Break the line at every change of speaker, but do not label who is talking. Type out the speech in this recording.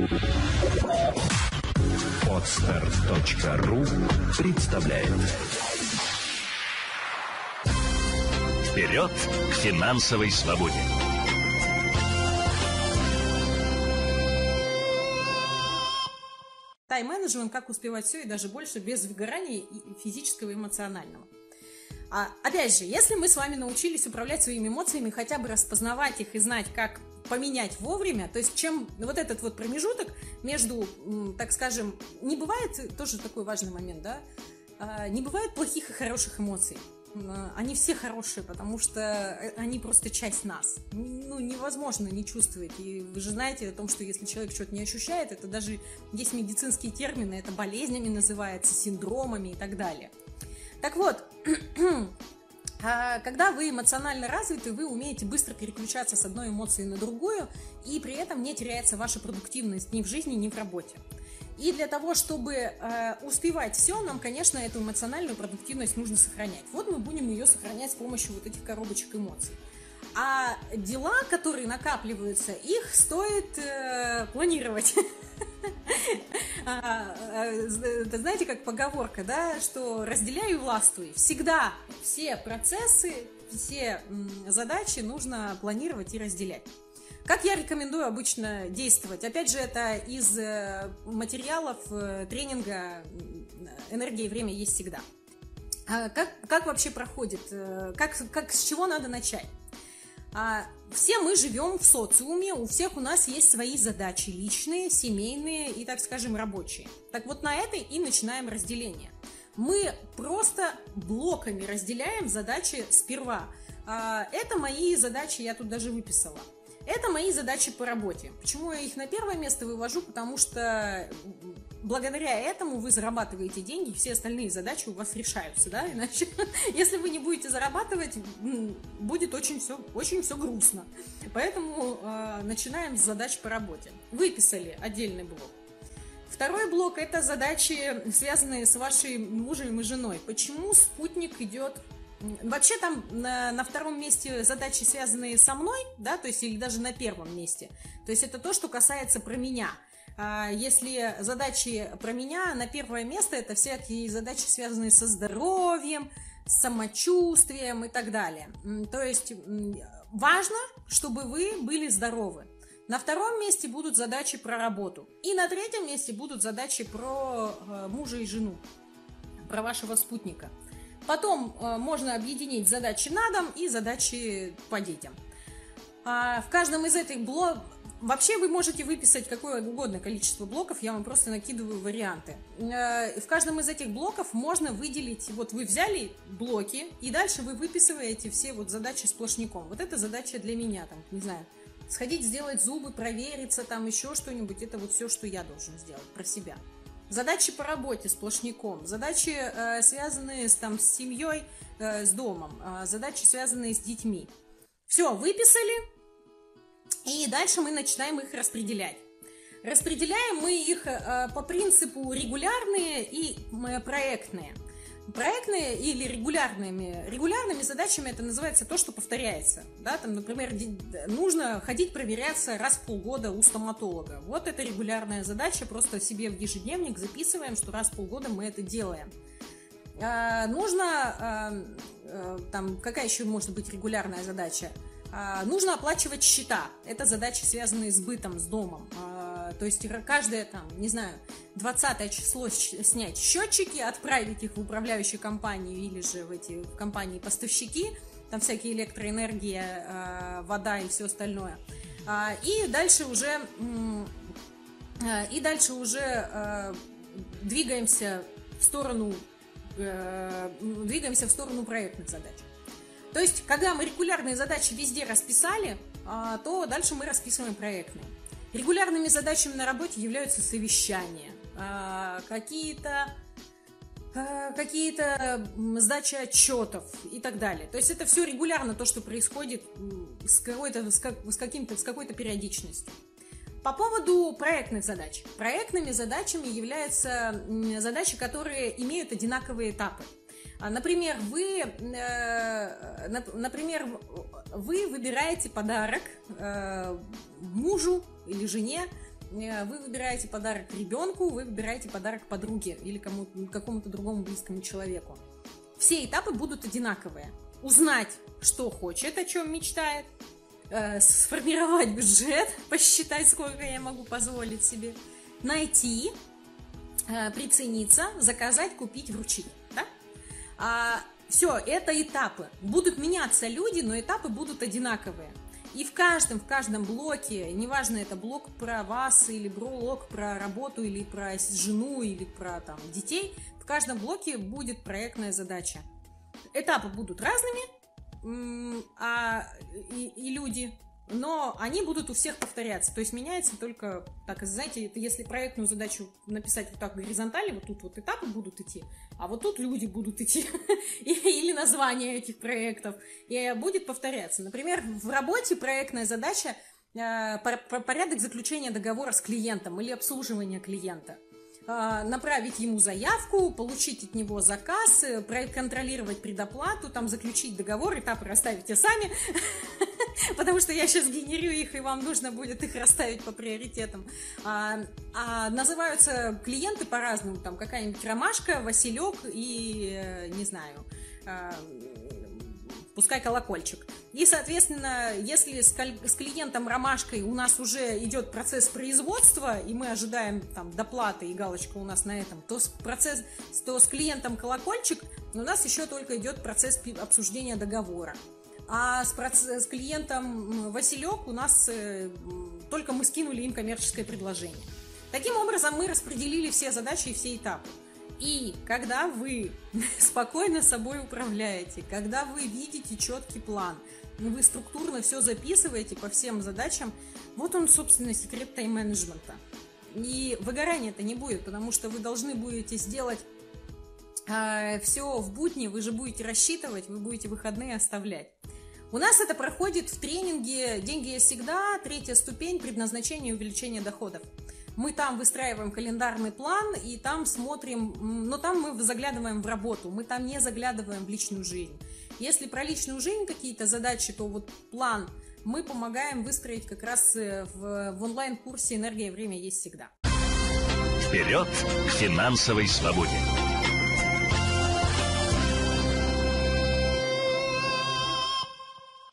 Podster.ru представляет. Вперед к финансовой свободе!
Тайм-менеджмент, как успевать все и даже больше без выгорания и физического и эмоционального. Опять же, если мы с вами научились управлять своими эмоциями, хотя бы распознавать их и знать, как поменять вовремя, то есть чем вот этот вот промежуток между, так скажем, не бывает, тоже такой важный момент, да, не бывает плохих и хороших эмоций. Они все хорошие, потому что они просто часть нас. Невозможно не чувствовать. И вы же знаете о том, что если человек что-то не ощущает, это даже есть медицинские термины, это болезнями называется, синдромами и так далее. Так вот, когда вы эмоционально развиты, вы умеете быстро переключаться с одной эмоции на другую, и при этом не теряется ваша продуктивность ни в жизни, ни в работе. И для того, чтобы успевать все, нам, конечно, эту эмоциональную продуктивность нужно сохранять. Вот мы будем ее сохранять с помощью вот этих коробочек эмоций. А дела, которые накапливаются, их стоит планировать. Это знаете, как поговорка, да, что разделяй и властвуй. Всегда все процессы, все задачи нужно планировать и разделять. Как я рекомендую обычно действовать? Опять же, это из материалов тренинга «Энергия и время есть всегда». Как вообще проходит? С чего надо начать? Все мы живем в социуме, у всех у нас есть свои задачи личные, семейные и, так скажем, рабочие. Так вот, на этой и начинаем разделение. Мы просто блоками разделяем задачи сперва. Это мои задачи, я тут даже выписала. Это мои задачи по работе. Почему я их на первое место вывожу? Потому что благодаря этому вы зарабатываете деньги, все остальные задачи у вас решаются, да? Иначе, если вы не будете зарабатывать, будет очень все грустно. Поэтому начинаем с задач по работе. Выписали отдельный блок. Второй блок – это задачи, связанные с вашим мужем и женой. Почему спутник идет... Вообще там на втором месте задачи, связанные со мной, да, то есть или даже на первом месте. То есть это то, что касается про меня. Если задачи про меня, на первое место это всякие задачи, связанные со здоровьем, с самочувствием и так далее. То есть важно, чтобы вы были здоровы. На втором месте будут задачи про работу. И на третьем месте будут задачи про мужа и жену, про вашего спутника. Потом можно объединить задачи на дом и задачи по детям. В каждом из этих блоков... Вообще вы можете выписать какое угодно количество блоков, я вам просто накидываю варианты. В каждом из этих блоков можно выделить... Вот вы взяли блоки, и дальше вы выписываете все вот задачи сплошняком. Вот это задача для меня, там, не знаю, сходить сделать зубы, провериться, там еще что-нибудь. Это вот все, что я должен сделать про себя. Задачи по работе сплошняком, задачи, связанные с семьей, с домом, задачи, связанные с детьми. Все, выписали, и дальше мы начинаем их распределять. Распределяем мы их по принципу регулярные и проектные. Проектные или регулярными задачами это называется то, что повторяется. Да? Там, например, нужно ходить проверяться раз в полгода у стоматолога. Вот это регулярная задача, просто себе в ежедневник записываем, что раз в полгода мы это делаем. Какая еще может быть регулярная задача? Нужно оплачивать счета. Это задачи, связанные с бытом, с домом. То есть каждое, 20 число снять счетчики, отправить их в управляющую компанию или же в компании поставщики, там всякие электроэнергия, вода и все остальное. И дальше уже двигаемся в сторону проектных задач. То есть, когда мы регулярные задачи везде расписали, то дальше мы расписываем проектные. Регулярными задачами на работе являются совещания, какие-то сдачи отчетов и так далее. То есть это все регулярно то, что происходит с какой-то периодичностью. По поводу проектных задач. Проектными задачами являются задачи, которые имеют одинаковые этапы. Например, вы выбираете подарок мужу или жене вы выбираете подарок ребенку, вы выбираете подарок подруге или какому-то другому близкому человеку. Все этапы будут одинаковые. Узнать, что хочет, о чем мечтает, сформировать бюджет, посчитать, сколько я могу позволить себе, найти, прицениться, заказать, купить, вручить. Да? Все, это этапы. Будут меняться люди, но этапы будут одинаковые. И в каждом блоке, неважно, это блок про вас, или блок про работу, или про жену, или про там, детей, в каждом блоке будет проектная задача. Этапы будут разными, и люди, но они будут у всех повторяться. То есть меняется только, так, знаете, это если проектную задачу написать вот так горизонтально, вот тут вот этапы будут идти, а вот тут люди будут идти, или название этих проектов, и будет повторяться. Например, в работе проектная задача порядок заключения договора с клиентом или обслуживания клиента. Направить ему заявку, получить от него заказ, проконтролировать предоплату, там заключить договор, этапы расставите сами, потому что я сейчас генерю их, и вам нужно будет их расставить по приоритетам. Называются клиенты по-разному, там какая-нибудь ромашка, василек и, не знаю, пускай колокольчик. И, соответственно, если с клиентом ромашкой у нас уже идет процесс производства, и мы ожидаем там доплаты и галочка у нас на этом, то с клиентом колокольчик у нас еще только идет процесс обсуждения договора. А с клиентом василек у нас только мы скинули им коммерческое предложение. Таким образом, мы распределили все задачи и все этапы. И когда вы спокойно собой управляете, когда вы видите четкий план, вы структурно все записываете по всем задачам, вот он, собственно, секрет тайм-менеджмента. И выгорания-то не будет, потому что вы должны будете сделать все в будни, вы же будете рассчитывать, вы будете выходные оставлять. У нас это проходит в тренинге «Деньги есть всегда», 3-я ступень, предназначение и увеличение доходов. Мы там выстраиваем календарный план, и там смотрим, но там мы заглядываем в работу, мы там не заглядываем в личную жизнь. Если про личную жизнь какие-то задачи, то вот план мы помогаем выстроить как раз в онлайн-курсе «Энергия и время есть всегда».
Вперед к финансовой свободе!